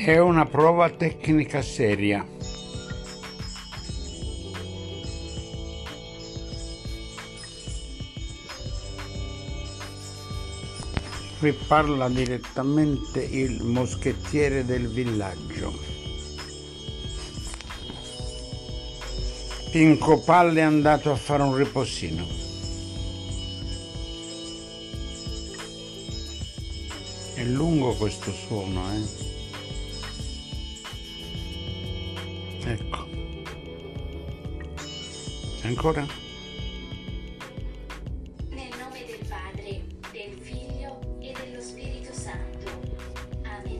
È una prova tecnica seria. Qui parla direttamente il moschettiere del villaggio. Pinco Palle è andato a fare un riposino. È lungo questo suono, Ecco. Ancora? Nel nome del Padre, del Figlio e dello Spirito Santo. Amen.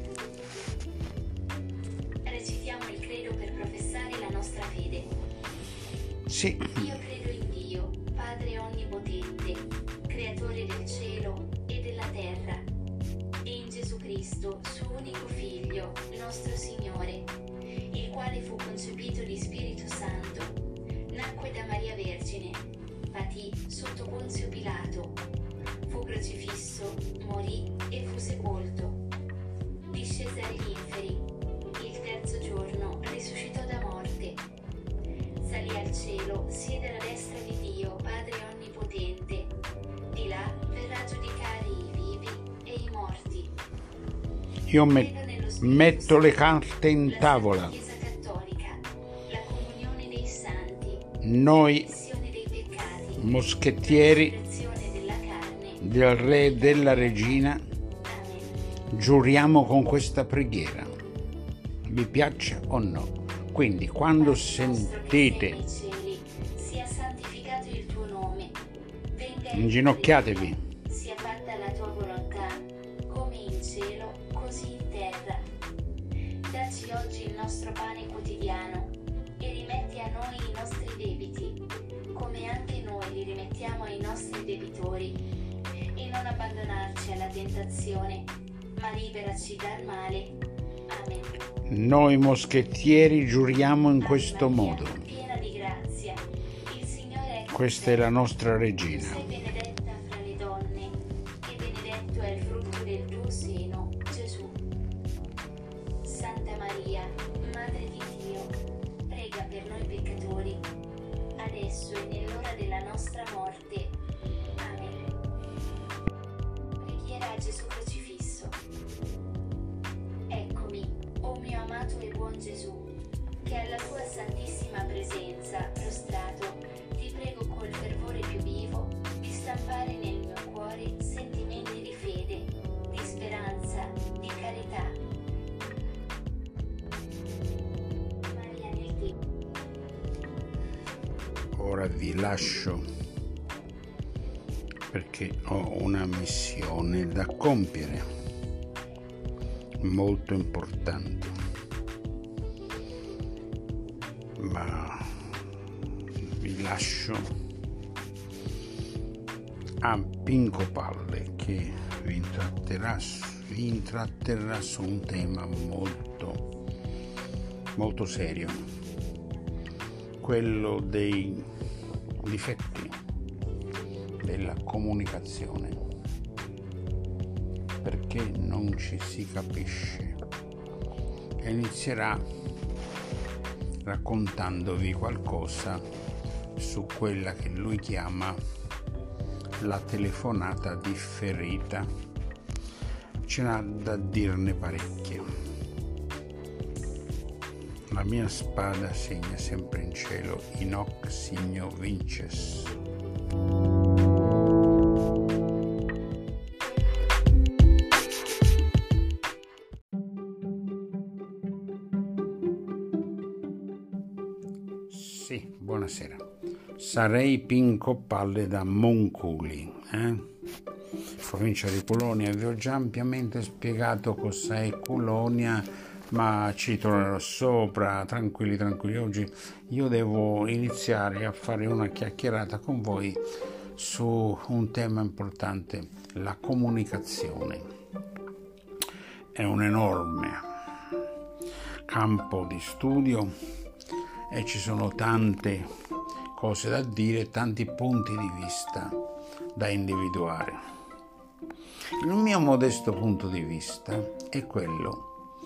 Recitiamo il credo per professare la nostra fede. Sì. Io credo in Dio, Padre Onnipotente, Creatore del cielo e della terra, e in Gesù Cristo, suo unico Figlio, nostro Signore, il quale fu concepito di Spirito Santo, nacque da Maria Vergine, patì sotto Ponzio Pilato, fu crocifisso, morì e fu sepolto. Discese agli inferi, il terzo giorno risuscitò da morte, salì al cielo, siede alla destra di Dio, Padre Onnipotente, di là verrà a giudicare i vivi e i morti. Io metto le carte in tavola. Chiesa Cattolica, la comunione dei santi, Noi, remissione dei peccati, moschettieri resurrezione della carne. del re e della regina, Amen. giuriamo con questa preghiera, vi piaccia o no. Quindi quando sentite, Nei cieli, sia santificato il tuo nome, venga il inginocchiatevi. tuo regno, sia fatta la tua volontà, come in cielo, così in terra. Dacci oggi il nostro pane quotidiano e rimetti a noi i nostri debiti, come anche noi li rimettiamo ai nostri debitori, e non abbandonarci alla tentazione, ma liberaci dal male. Amen. Noi moschettieri giuriamo in questo modo. Piena di grazia, il Signore è con Questa è la nostra regina. sei benedetta fra le donne, e benedetto è il frutto del tuo seno, Gesù. Santa Maria, Madre di Dio, prega per noi peccatori, adesso e nell'ora della nostra morte. Amen. Preghiera a Gesù crocifisso. Eccomi, o mio amato e buon Gesù, che alla tua santissima presenza, prostrato, ti prego col fervore più vivo di stampare nel mio cuore sentimenti di fede, di speranza, di carità. Maria nel tempo. Ora vi lascio perché ho una missione da compiere molto importante, ma vi lascio a Pinco Palle che vi intratterrà su un tema molto serio, quello dei difetti della comunicazione, perché non ci si capisce, e inizierà raccontandovi qualcosa su quella che lui chiama la telefonata differita. Ce n'ha da dirne parecchie. La mia spada segna sempre in cielo, in hoc signo vinces. Sì, buonasera. Sarei Pinco Palle da Monculi, provincia di Culonia. Vi ho già ampiamente spiegato cos'è Culonia, ma ci tornerò sopra. Tranquilli. Oggi io devo iniziare a fare una chiacchierata con voi su un tema importante, la comunicazione. È un enorme campo di studio e ci sono tante cose da dire, tanti punti di vista da individuare. Il mio modesto punto di vista è quello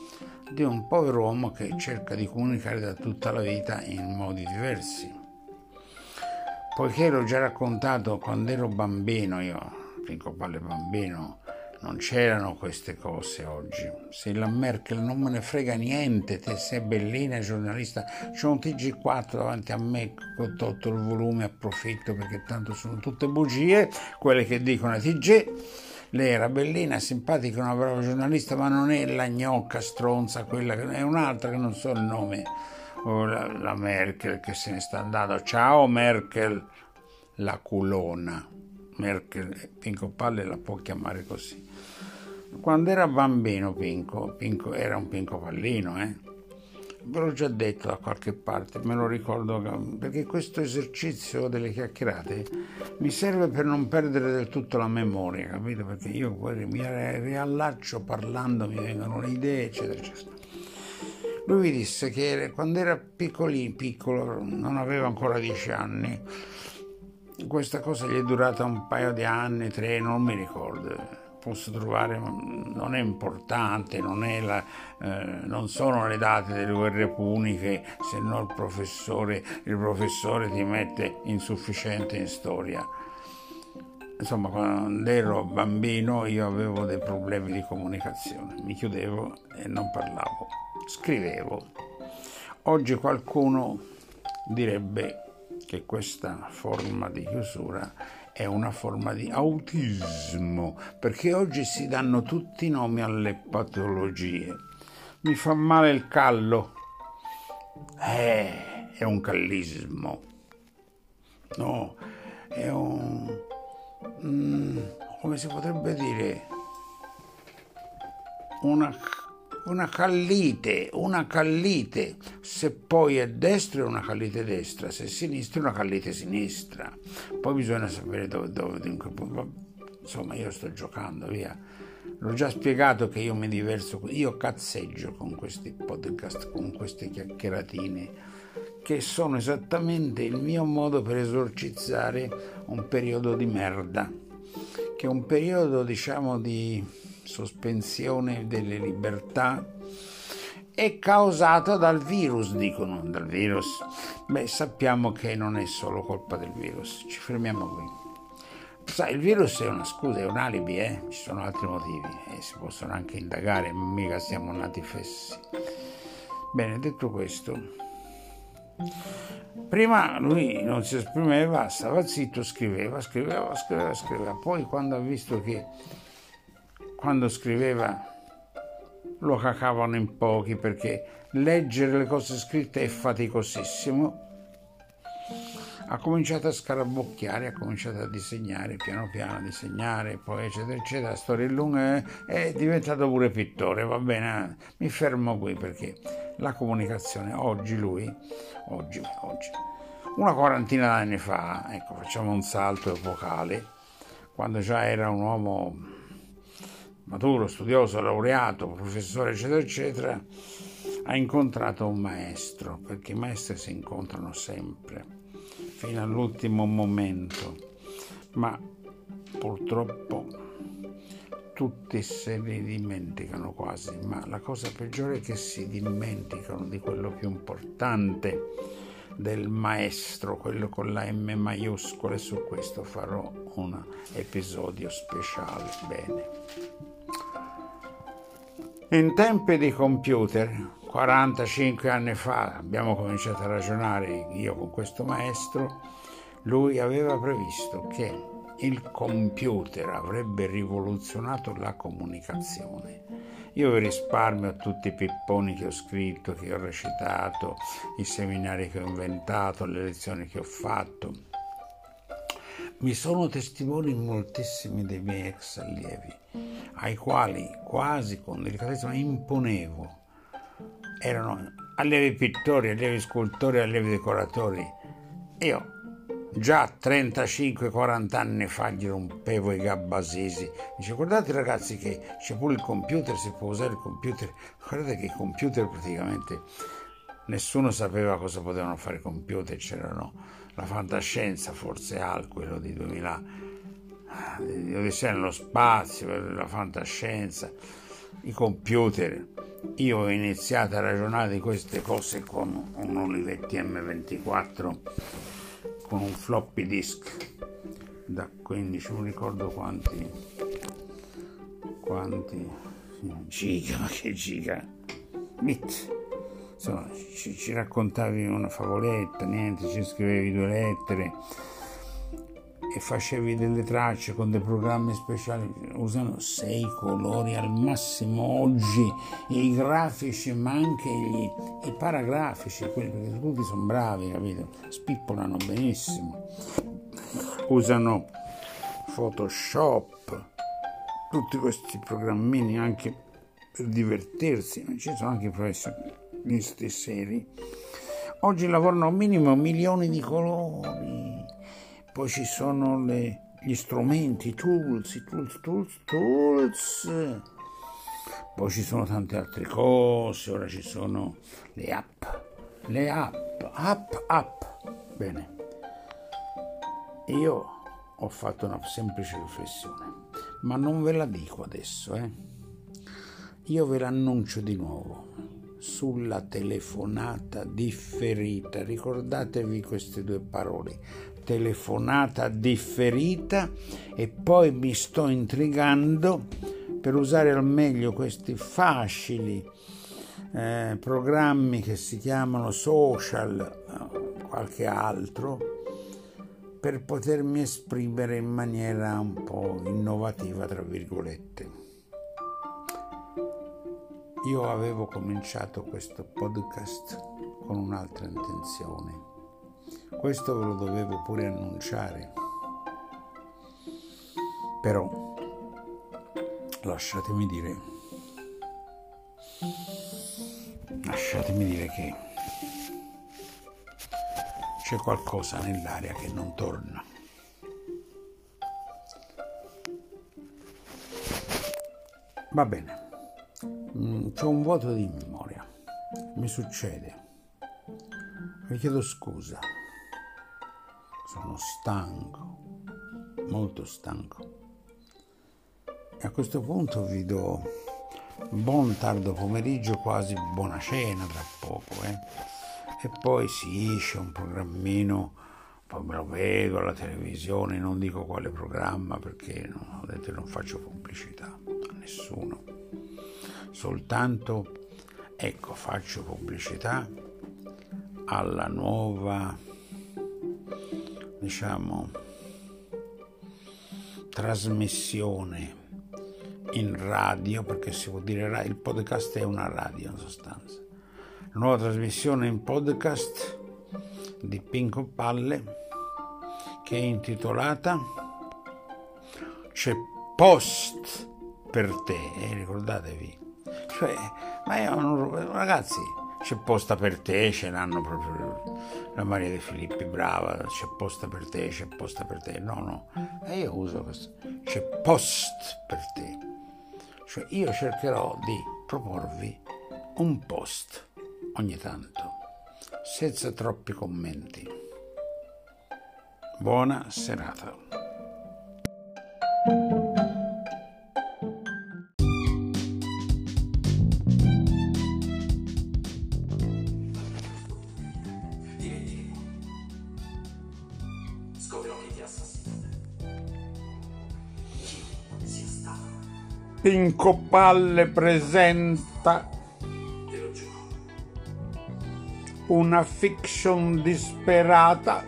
di un povero uomo che cerca di comunicare da tutta la vita in modi diversi. Poiché l'ho già raccontato quando ero bambino, io, Pinco Palle bambino, non c'erano queste cose oggi. Se la Merkel non me ne frega niente, te sei bellina, giornalista, c'è un TG4 davanti a me, ho tolto il volume, approfitto perché tanto sono tutte bugie, quelle che dicono a TG. Lei era bellina, simpatica, una brava giornalista, ma non è la gnocca stronza, quella che è un'altra che non so il nome. O la Merkel che se ne sta andando. Ciao Merkel, la culona. Merkel, Pinco Palle la può chiamare così. Quando era bambino Pinco era un Pinco Pallino, ve l'ho già detto da qualche parte, me lo ricordo, perché questo esercizio delle chiacchierate mi serve per non perdere del tutto la memoria, capito? Perché io mi riallaccio parlando, mi vengono le idee, eccetera, eccetera. Lui mi disse che quando era piccolo, non aveva ancora 10 anni, questa cosa gli è durata un paio di anni, 3, non mi ricordo. Posso trovare, non è importante, non sono le date delle guerre puniche, se no il professore ti mette insufficiente in storia. Insomma, quando ero bambino io avevo dei problemi di comunicazione, mi chiudevo e non parlavo, scrivevo. Oggi qualcuno direbbe che questa forma di chiusura è una forma di autismo, perché oggi si danno tutti i nomi alle patologie. Mi fa male il callo, è un callismo, no, è come si potrebbe dire, una callite, se poi è destra è una callite destra, se è sinistra è una callite sinistra, poi bisogna sapere dove insomma io sto giocando, via. L'ho già spiegato che io mi diverso, io cazzeggio con questi podcast, con queste chiacchieratine, che sono esattamente il mio modo per esorcizzare un periodo di merda, che è un periodo, diciamo, di sospensione delle libertà, è causato dal virus, dicono. Dal virus? Beh, sappiamo che non è solo colpa del virus, ci fermiamo qui. Sai, il virus è una scusa, è un alibi, ci sono altri motivi e si possono anche indagare, mica siamo nati fessi. Bene, detto questo, prima lui non si esprimeva, stava zitto, scriveva, poi quando ha visto che quando scriveva lo cacavano in pochi, perché leggere le cose scritte è faticosissimo, ha cominciato a scarabocchiare, ha cominciato a disegnare, piano piano a disegnare, poi eccetera eccetera, storie lunghe, è diventato pure pittore, va bene, mi fermo qui perché la comunicazione oggi, una quarantina d'anni fa, ecco, facciamo un salto epocale, quando già era un uomo maturo, studioso, laureato, professore, eccetera, eccetera, ha incontrato un maestro, perché i maestri si incontrano sempre, fino all'ultimo momento, ma purtroppo tutti se ne dimenticano quasi, ma la cosa peggiore è che si dimenticano di quello più importante, del maestro, quello con la M maiuscola, e su questo farò un episodio speciale. Bene. In tempi di computer, 45 anni fa, abbiamo cominciato a ragionare io con questo maestro, lui aveva previsto che il computer avrebbe rivoluzionato la comunicazione. Io vi risparmio tutti i pipponi che ho scritto, che ho recitato, i seminari che ho inventato, le lezioni che ho fatto. Mi sono testimoni moltissimi dei miei ex allievi, ai quali quasi con delicatezza imponevo. Erano allievi pittori, allievi scultori, allievi decoratori. Io già 35-40 anni fa gli rompevo i gabbasisi. Dice: guardate ragazzi che c'è pure il computer, si può usare il computer. Guardate che i computer praticamente nessuno sapeva cosa potevano fare i computer, c'erano la fantascienza, forse quello di 2000, di Odissea nello spazio, la fantascienza. i computer. Io ho iniziato a ragionare di queste cose con un Olivetti M24, con un floppy disk da 15, non ricordo quanti giga, ma che giga, bit. Insomma, ci raccontavi una favoletta, niente, ci scrivevi 2 lettere e facevi delle tracce con dei programmi speciali, usano 6 colori al massimo oggi, i grafici ma anche i paragrafici, quelli, perché tutti sono bravi, capito? Spippolano benissimo, usano Photoshop, tutti questi programmini anche per divertirsi, ma ci sono anche professionisti seri. Oggi lavorano minimo milioni di colori. Poi ci sono gli strumenti, tools. Poi ci sono tante altre cose, ora ci sono le app. Bene, io ho fatto una semplice riflessione, ma non ve la dico adesso, Io ve l'annuncio di nuovo sulla telefonata differita. Ricordatevi queste 2 parole, telefonata differita, e poi mi sto intrigando per usare al meglio questi facili programmi che si chiamano social, qualche altro, per potermi esprimere in maniera un po' innovativa, tra virgolette. Io avevo cominciato questo podcast con un'altra intenzione. Questo ve lo dovevo pure annunciare. Però lasciatemi dire che c'è qualcosa nell'aria che non torna. Va bene. C'ho un vuoto di memoria, mi succede, vi chiedo scusa, sono stanco, molto stanco, e a questo punto vi do buon tardo pomeriggio, quasi buona cena tra poco, e poi sì, c'è un programmino, poi me lo vedo alla televisione, non dico quale programma perché ho detto non faccio pubblicità a nessuno. Soltanto, faccio pubblicità alla nuova, trasmissione in radio, perché si può dire il podcast è una radio in sostanza. La nuova trasmissione in podcast di Pinco Palle, che è intitolata C'è post per te, ricordatevi. Ragazzi, c'è posta per te, ce l'hanno proprio la Maria De Filippi, brava, c'è posta per te, no, e io uso questo, c'è post per te, cioè io cercherò di proporvi un post ogni tanto, senza troppi commenti. Buona serata. Pinco Palle presenta una fiction disperata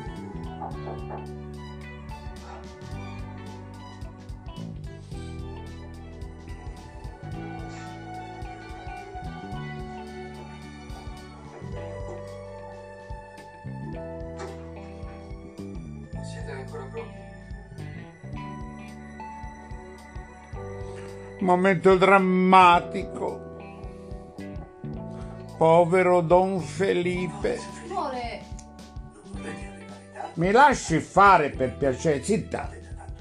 Siete ancora pronti? momento drammatico. Povero Don Felipe. Amore, Mi lasci fare per piacere, zitta.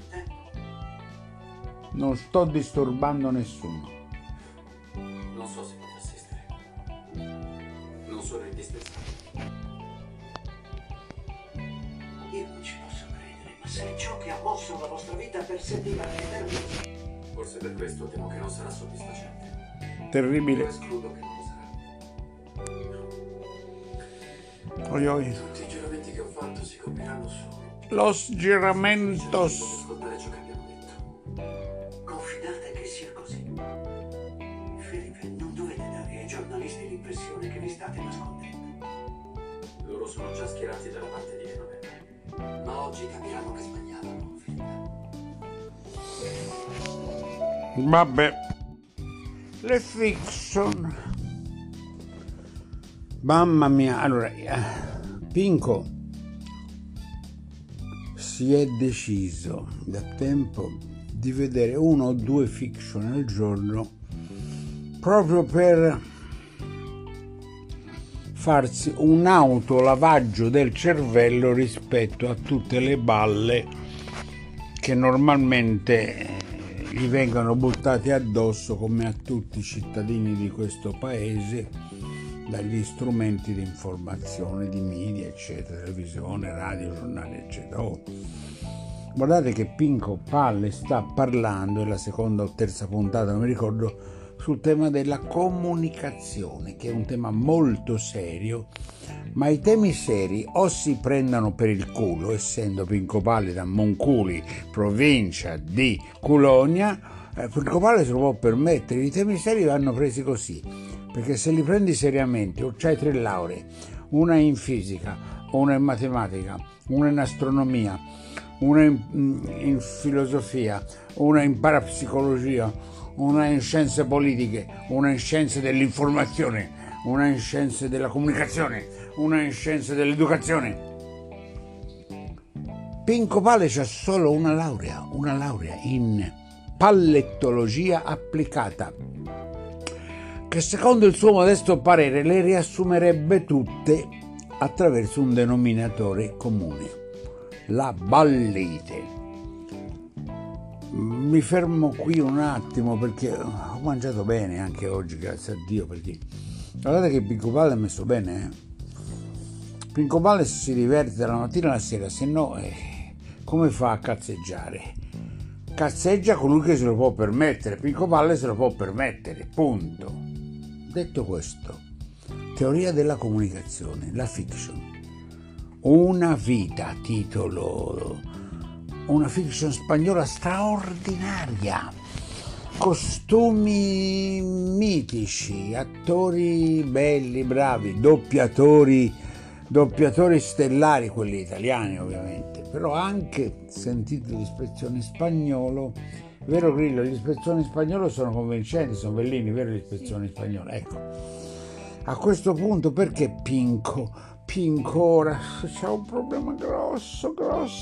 Non sto disturbando nessuno. non so se posso assistere. Non sono indispensabile. Io non ci posso credere, ma se è ciò che ha mosso la vostra vita per settimane eterni. Forse per questo temo che non sarà soddisfacente. Terribile. Non escludo che non lo sarà. Oi, oi. Tutti i giuramenti che ho fatto si compiranno solo. Los giramentos. Cerco di ascoltare ciò che abbiamo detto. Confidate che sia così. Felipe, non dovete dare ai giornalisti l'impressione che vi state nascondendo. Loro sono già schierati dalla parte di Emanuele. Ma oggi capiranno che sbagliavano, Felipe. Vabbè. Le fiction. Mamma mia. Allora, Pinco si è deciso da tempo di vedere 1 o 2 fiction al giorno proprio per farsi un autolavaggio del cervello rispetto a tutte le balle che normalmente gli vengono buttate addosso, come a tutti i cittadini di questo paese, dagli strumenti di informazione, di media, eccetera, televisione, radio, giornali, eccetera. Guardate che Pinco Palle sta parlando, è la seconda o terza puntata, non mi ricordo, sul tema della comunicazione, che è un tema molto serio, ma i temi seri o si prendono per il culo, essendo Pinco Palle da Monculi, provincia di Culonia, Pinco Palle se lo può permettere, i temi seri vanno presi così, perché se li prendi seriamente, o c'hai 3 lauree, una in fisica, una in matematica, una in astronomia, una in filosofia, una in parapsicologia, una in scienze politiche, una in scienze dell'informazione, una in scienze della comunicazione, una in scienze dell'educazione. Pinco Palle c'ha solo una laurea in pallettologia applicata, che secondo il suo modesto parere le riassumerebbe tutte attraverso un denominatore comune: la ballite. Mi fermo qui un attimo perché ho mangiato bene anche oggi, grazie a Dio, perché guardate che Pinco Palle è messo bene, Pinco Palle si diverte dalla mattina alla sera, se no come fa a cazzeggiare? Cazzeggia colui che se lo può permettere, Pinco Palle se lo può permettere, punto. Detto questo, teoria della comunicazione, la fiction, una vita, titolo, una fiction spagnola straordinaria, costumi mitici, attori belli, bravi, doppiatori stellari, quelli italiani ovviamente, però anche, sentite l'espressione in spagnolo, vero Grillo, gli espressioni in spagnolo sono convincenti, sono bellini, vero, gli espressioni in spagnolo, ecco. A questo punto perché Pinco ora c'ha un problema grosso,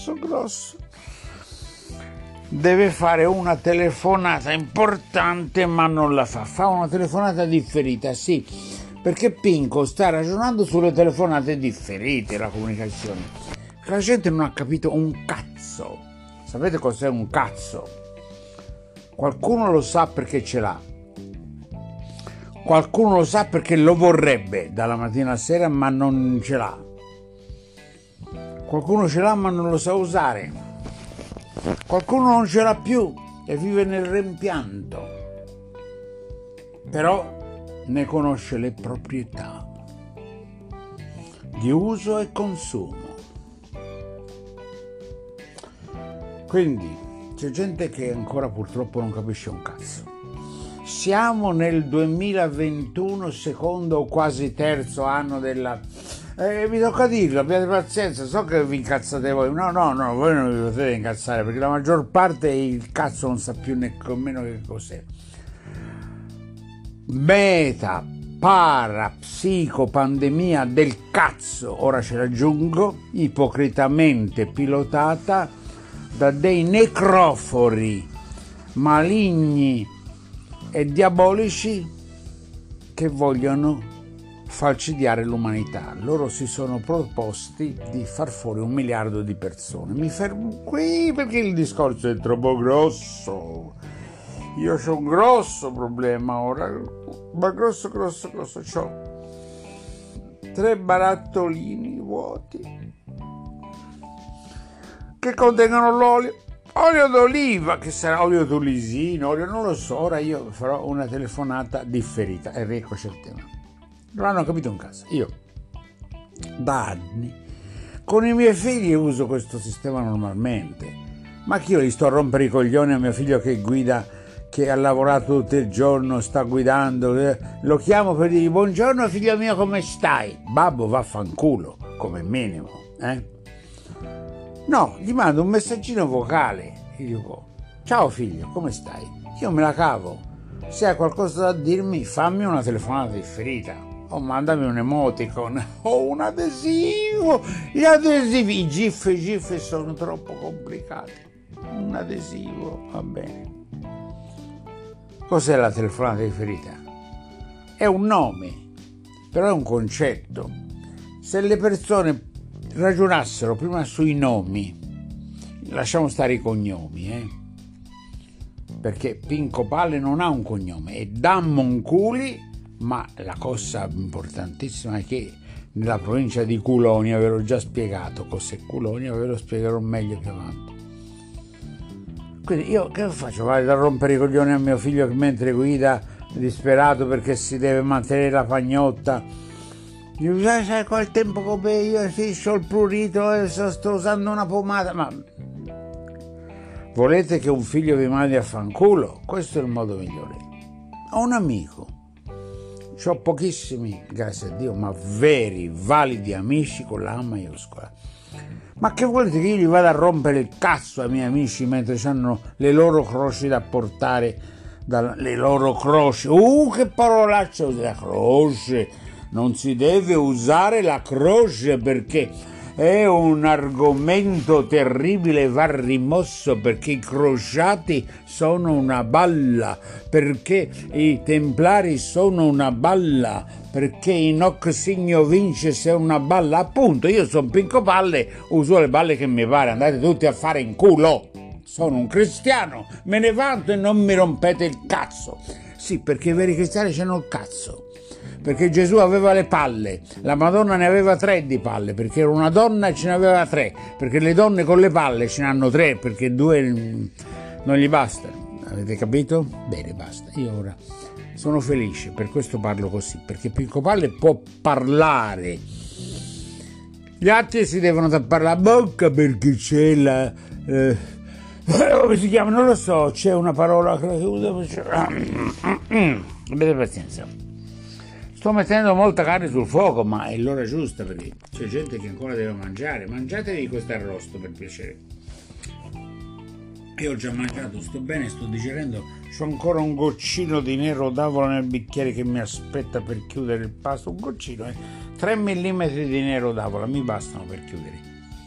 deve fare una telefonata importante ma non la fa una telefonata differita, sì, perché Pinco sta ragionando sulle telefonate differite, la comunicazione, la gente non ha capito un cazzo. Sapete cos'è un cazzo? Qualcuno lo sa perché ce l'ha, qualcuno lo sa perché lo vorrebbe dalla mattina alla sera ma non ce l'ha, qualcuno ce l'ha ma non lo sa usare, qualcuno non ce l'ha più e vive nel rimpianto, però ne conosce le proprietà di uso e consumo. Quindi c'è gente che ancora purtroppo non capisce un cazzo. Siamo nel 2021, secondo o quasi terzo anno della... vi tocca dirlo, abbiate pazienza, so che vi incazzate voi. No, voi non vi potete incazzare, perché la maggior parte il cazzo non sa più nemmeno che cos'è. Meta, psicopandemia del cazzo, ora ce l'aggiungo, ipocritamente pilotata da dei necrofori maligni e diabolici che vogliono falcidiare l'umanità. Loro si sono proposti di far fuori 1 miliardo di persone. Mi fermo qui perché il discorso è troppo grosso. Io c'ho un grosso problema ora, ma grosso. C'ho 3 barattolini vuoti che contengono l'olio, olio d'oliva, che sarà olio tulisino, non lo so. Ora io farò una telefonata differita e rieccoci il tema. Non hanno capito un caso. Io da anni con i miei figli uso questo sistema normalmente, ma che io gli sto a rompere i coglioni a mio figlio che guida, che ha lavorato tutto il giorno, sta guidando, lo chiamo per dire buongiorno figlio mio, come stai? Babbo, vaffanculo, come minimo, No, gli mando un messaggino vocale, gli dico ciao figlio, come stai? Io me la cavo, se hai qualcosa da dirmi fammi una telefonata differita o mandami un emoticon o un adesivo. Gli adesivi, i GIF sono troppo complicati, un adesivo va bene. Cos'è la telefonata differita? È un nome, però è un concetto. Se le persone ragionassero prima sui nomi, lasciamo stare i cognomi, perché Pinco Palle non ha un cognome, è Dammonculi, ma la cosa importantissima è che nella provincia di Culonia, ve l'ho già spiegato cos'è Culonia, ve lo spiegherò meglio più avanti. Quindi io che faccio? Vado a rompere i coglioni a mio figlio che mentre guida disperato perché si deve mantenere la pagnotta. Dico, sai qual tempo come io ho il prurito, sto usando una pomata. Ma volete che un figlio vi mandi a fanculo? Questo è il modo migliore. Ho un amico, ho pochissimi, grazie a Dio, ma veri, validi amici con la A maiuscola. Ma che volete che io gli vada a rompere il cazzo ai miei amici mentre hanno le loro croci da portare, le loro croci? Che parolaccia, la croce! Non si deve usare la croce perché è un argomento terribile, va rimosso, perché i crociati sono una balla, perché i templari sono una balla, perché in hoc signo vinces è una balla. Appunto, io sono Pinco Palle, uso le balle che mi pare, andate tutti a fare in culo. Sono un cristiano, me ne vanto e non mi rompete il cazzo. Sì, perché i veri cristiani c'hanno il cazzo. Perché Gesù aveva le palle, la Madonna ne aveva 3 di palle, perché era una donna e ce ne aveva 3, perché le donne con le palle ce ne hanno 3, perché 2 non gli basta. Avete capito? Bene, basta. Io ora sono felice, per questo parlo così, perché Pinco Palle può parlare. Gli altri si devono tappare la bocca perché c'è la... come si chiama? Non lo so, c'è una parola che uso. Avete pazienza. Sto mettendo molta carne sul fuoco, ma è l'ora giusta perché c'è gente che ancora deve mangiare. Mangiatevi questo arrosto per piacere. Io ho già mangiato, sto bene, sto digerendo. C'ho ancora un goccino di nero d'avola nel bicchiere che mi aspetta per chiudere il pasto. Un goccino, 3 mm di nero d'avola mi bastano per chiudere.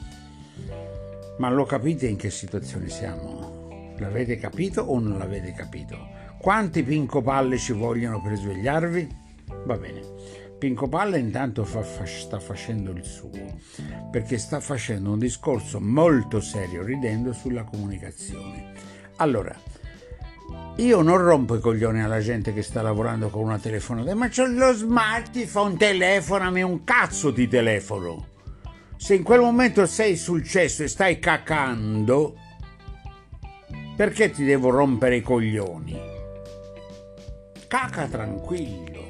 Ma lo capite in che situazione siamo? L'avete capito o non l'avete capito? Quanti Pinco Palle ci vogliono per svegliarvi? Va bene, Pinco Palle intanto sta facendo il suo, perché sta facendo un discorso molto serio, ridendo, sulla comunicazione. Allora, io non rompo i coglioni alla gente che sta lavorando con una telefonata, ma c'ho lo smartphone, telefonami, un cazzo ti telefono. Se in quel momento sei sul cesso e stai cacando, perché ti devo rompere i coglioni? Caca tranquillo.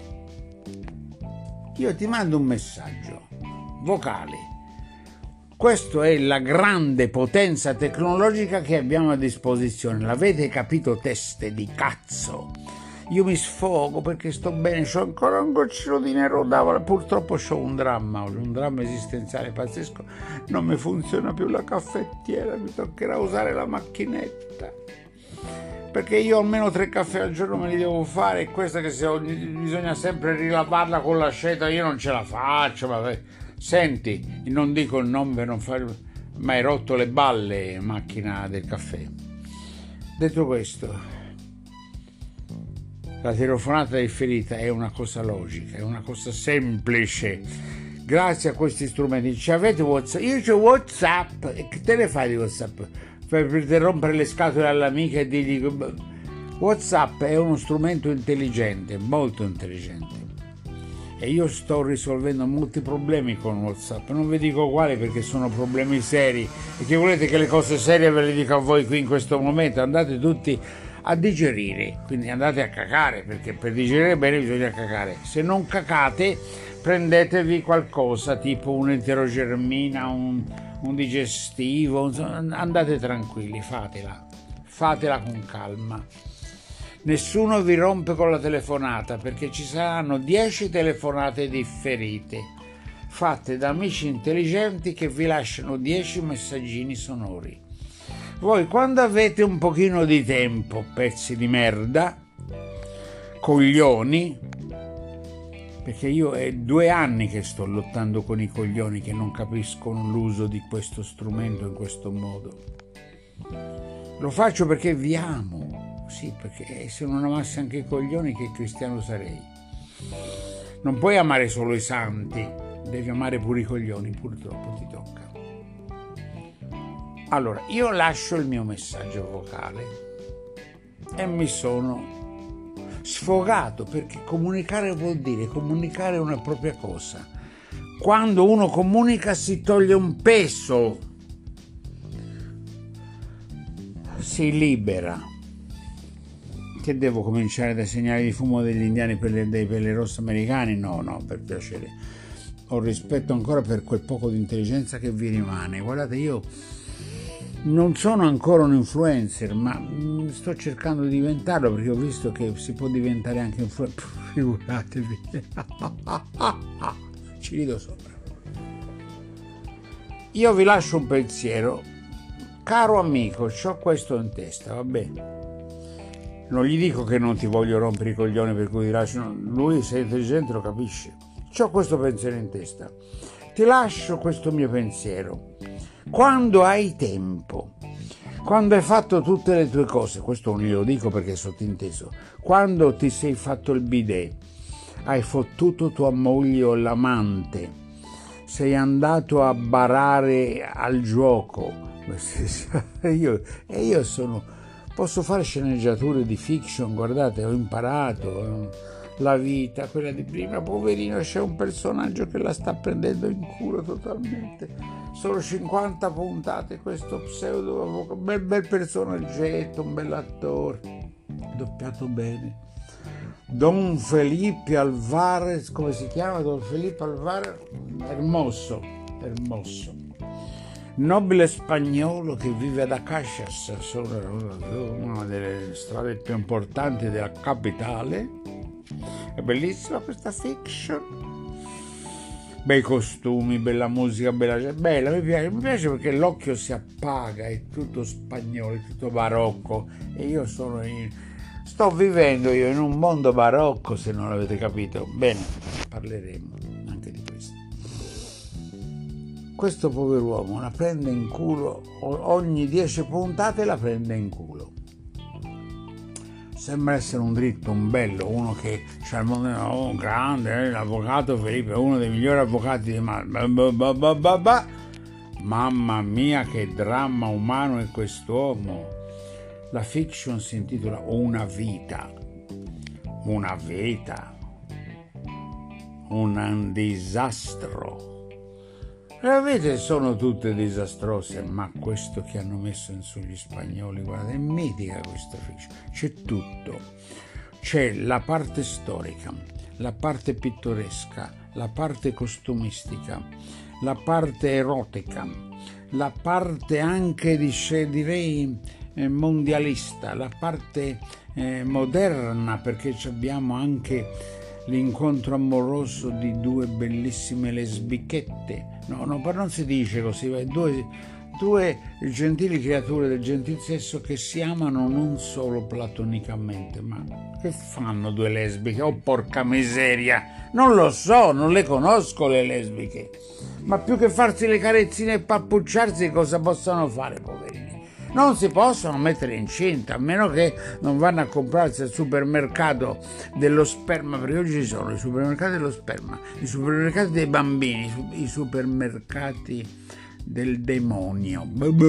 Io ti mando un messaggio vocale. Questa è la grande potenza tecnologica che abbiamo a disposizione. L'avete capito, teste di cazzo? Io mi sfogo perché sto bene, c'ho ancora un goccino di nero d'avola. Purtroppo c'ho un dramma esistenziale pazzesco. Non mi funziona più la caffettiera, mi toccherà usare la macchinetta. Perché io almeno 3 caffè al giorno me li devo fare, e questa che bisogna sempre rilavarla con l'aceto, io non ce la faccio. Vabbè. Senti, non dico il nome per non fare, ma hai rotto le balle, macchina del caffè. Detto questo, la telefonata differita è una cosa logica, è una cosa semplice. Grazie a questi strumenti ci avete WhatsApp. Io c'ho WhatsApp, e che te ne fai di WhatsApp? Per rompere le scatole all'amica e dirgli WhatsApp è uno strumento intelligente, molto intelligente. e io sto risolvendo molti problemi con WhatsApp. Non vi dico quali perché sono problemi seri, e che volete che le cose serie ve le dico a voi qui in questo momento. Andate tutti a digerire, quindi andate a cacare, perché per digerire bene bisogna cacare. Se non cacate, prendetevi qualcosa tipo un enterogermina, un digestivo, andate tranquilli, fatela con calma. Nessuno vi rompe con la telefonata, perché ci saranno 10 telefonate differite fatte da amici intelligenti che vi lasciano 10 messaggini sonori. Voi, quando avete un pochino di tempo, pezzi di merda, coglioni, perché io è 2 anni che sto lottando con i coglioni che non capiscono l'uso di questo strumento in questo modo. Lo faccio perché vi amo. Sì, perché se non amassi anche i coglioni, che cristiano sarei? Non puoi amare solo i santi, devi amare pure i coglioni, purtroppo ti tocca. Allora, io lascio il mio messaggio vocale e mi sono sfogato, perché comunicare vuol dire comunicare una propria cosa. Quando uno comunica si toglie un peso, si libera. Che devo cominciare dai segnali di fumo degli indiani dei pelle rossi americani? No, per piacere. Ho rispetto ancora per quel poco di intelligenza che vi rimane. Guardate, io non sono ancora un influencer, ma sto cercando di diventarlo, perché ho visto che si può diventare anche influencer. Figuratevi. Ci rido sopra. Io vi lascio un pensiero. Caro amico, c'ho questo in testa, va bene? Non gli dico che non ti voglio rompere i coglioni per cui ti lascio, no. Lui, se è intelligente, lo capisce. C'ho questo pensiero in testa. Ti lascio questo mio pensiero. Quando hai tempo, quando hai fatto tutte le tue cose, questo non glielo dico perché è sottinteso, quando ti sei fatto il bidet, hai fottuto tua moglie o l'amante, sei andato a barare al gioco, io sono... Posso fare sceneggiature di fiction, guardate, ho imparato la vita, quella di prima, poverino, c'è un personaggio che la sta prendendo in culo totalmente. Sono 50 puntate, questo pseudo avvocato, bel personaggetto, un bell'attore, doppiato bene. Don Felipe Alvarez, come si chiama? Don Felipe Alvarez, Hermoso. Nobile spagnolo che vive ad Acacias, una delle strade più importanti della capitale. È bellissima questa fiction. Bei costumi, bella musica, bella, mi piace perché l'occhio si appaga, è tutto spagnolo, è tutto barocco, e io sto vivendo io in un mondo barocco, se non l'avete capito. Bene, parleremo anche di questo. Questo pover'uomo la prende in culo, ogni 10 puntate la prende in culo. Sembra essere un dritto, un bello, uno che c'ha il mondo, un grande, l'avvocato Felipe, uno dei migliori avvocati di Mamma mia, che dramma umano è quest'uomo. La fiction si intitola Una vita, un disastro. Le vite sono tutte disastrose, ma questo che hanno messo in su gli spagnoli, guarda, è mitica questa fiction. C'è tutto. C'è la parte storica, la parte pittoresca, la parte costumistica, la parte erotica, la parte anche, direi, mondialista, la parte moderna, perché abbiamo anche l'incontro amoroso di 2 bellissime lesbichette. No, non si dice così, due gentili creature del gentil sesso che si amano non solo platonicamente, ma che fanno 2 lesbiche? Oh, porca miseria! Non lo so, non le conosco le lesbiche, ma più che farsi le carezzine e pappucciarsi, cosa possono fare, poverini? Non si possono mettere incinta, a meno che non vanno a comprarsi al supermercato dello sperma, perché oggi ci sono i supermercati dello sperma, i supermercati dei bambini, i supermercati del demonio.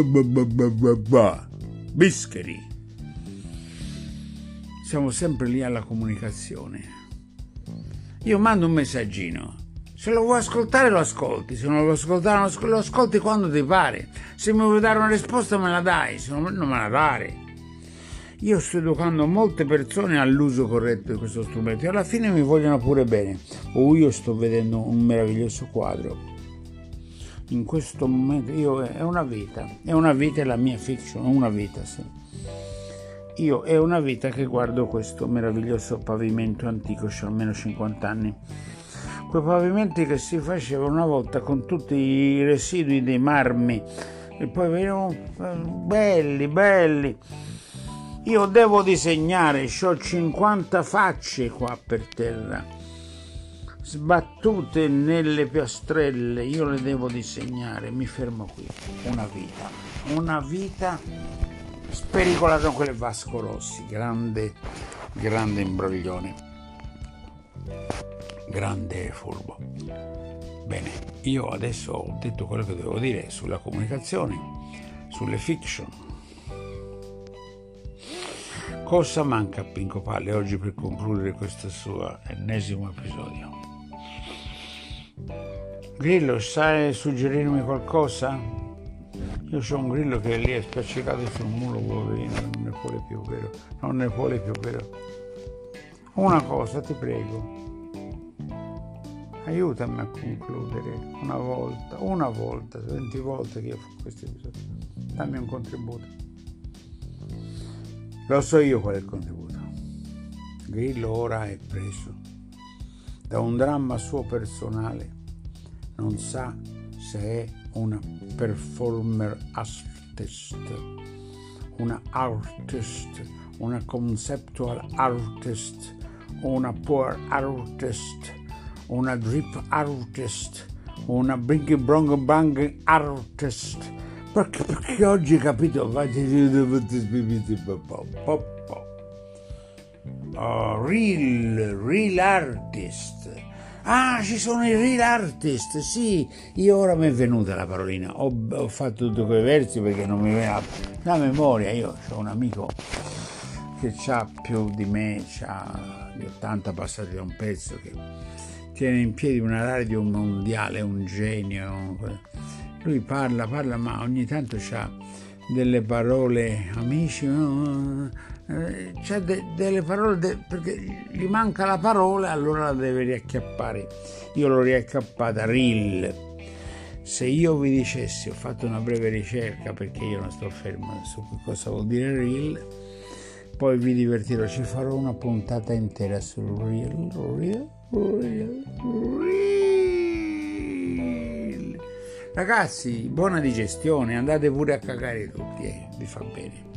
Bischeri. Siamo sempre lì alla comunicazione. io mando un messaggino. Se lo vuoi ascoltare lo ascolti, se non lo vuoi ascoltare lo ascolti quando ti pare. Se mi vuoi dare una risposta me la dai, se no non me la dare. Io sto educando molte persone all'uso corretto di questo strumento e alla fine mi vogliono pure bene. Io sto vedendo un meraviglioso quadro. In questo momento è una vita è la mia fiction, è una vita, sì. Io è una vita che guardo questo meraviglioso pavimento antico, c'ho almeno 50 anni. Quei pavimenti che si facevano una volta con tutti i residui dei marmi e poi venivano belli. Io devo disegnare, c'ho 50 facce qua per terra, sbattute nelle piastrelle, io le devo disegnare, mi fermo qui. Una vita spericolata con quelle Vasco Rossi, grande imbroglione, grande furbo. Bene, io adesso ho detto quello che dovevo dire sulla comunicazione, sulle fiction. Cosa manca a Pinco Palle oggi per concludere questo suo ennesimo episodio? Grillo, sai suggerirmi qualcosa? Io c'ho un grillo che lì è spiaccicato sul muro, poverino, non ne vuole più, vero? Una cosa, ti prego, aiutami a concludere una volta, 20 volte che io faccio questi episodi, dammi un contributo. Lo so io qual è il contributo. Grillo ora è preso da un dramma suo personale, non sa se è una performer artist, una artist, una conceptual artist, una poor artist, una drip artist, una bring brong bang artist. Perché oggi, capito, real artist. Ah, ci sono i real artist, sì. Io ora mi è venuta la parolina. Ho fatto tutti quei versi perché non mi viene la memoria. Io ho un amico che c'ha più di me, c'ha gli 80 passati da un pezzo, che tiene in piedi una radio mondiale, un genio. Lui parla, ma ogni tanto c'ha delle parole, amici, c'è delle parole, perché gli manca la parola, allora la deve riacchiappare. Io l'ho riacchiappata, real. Se io vi dicessi, ho fatto una breve ricerca, perché io non sto fermo su cosa vuol dire real, poi vi divertirò, ci farò una puntata intera sul real. Ragazzi, buona digestione, andate pure a cagare tutti, vi fa bene.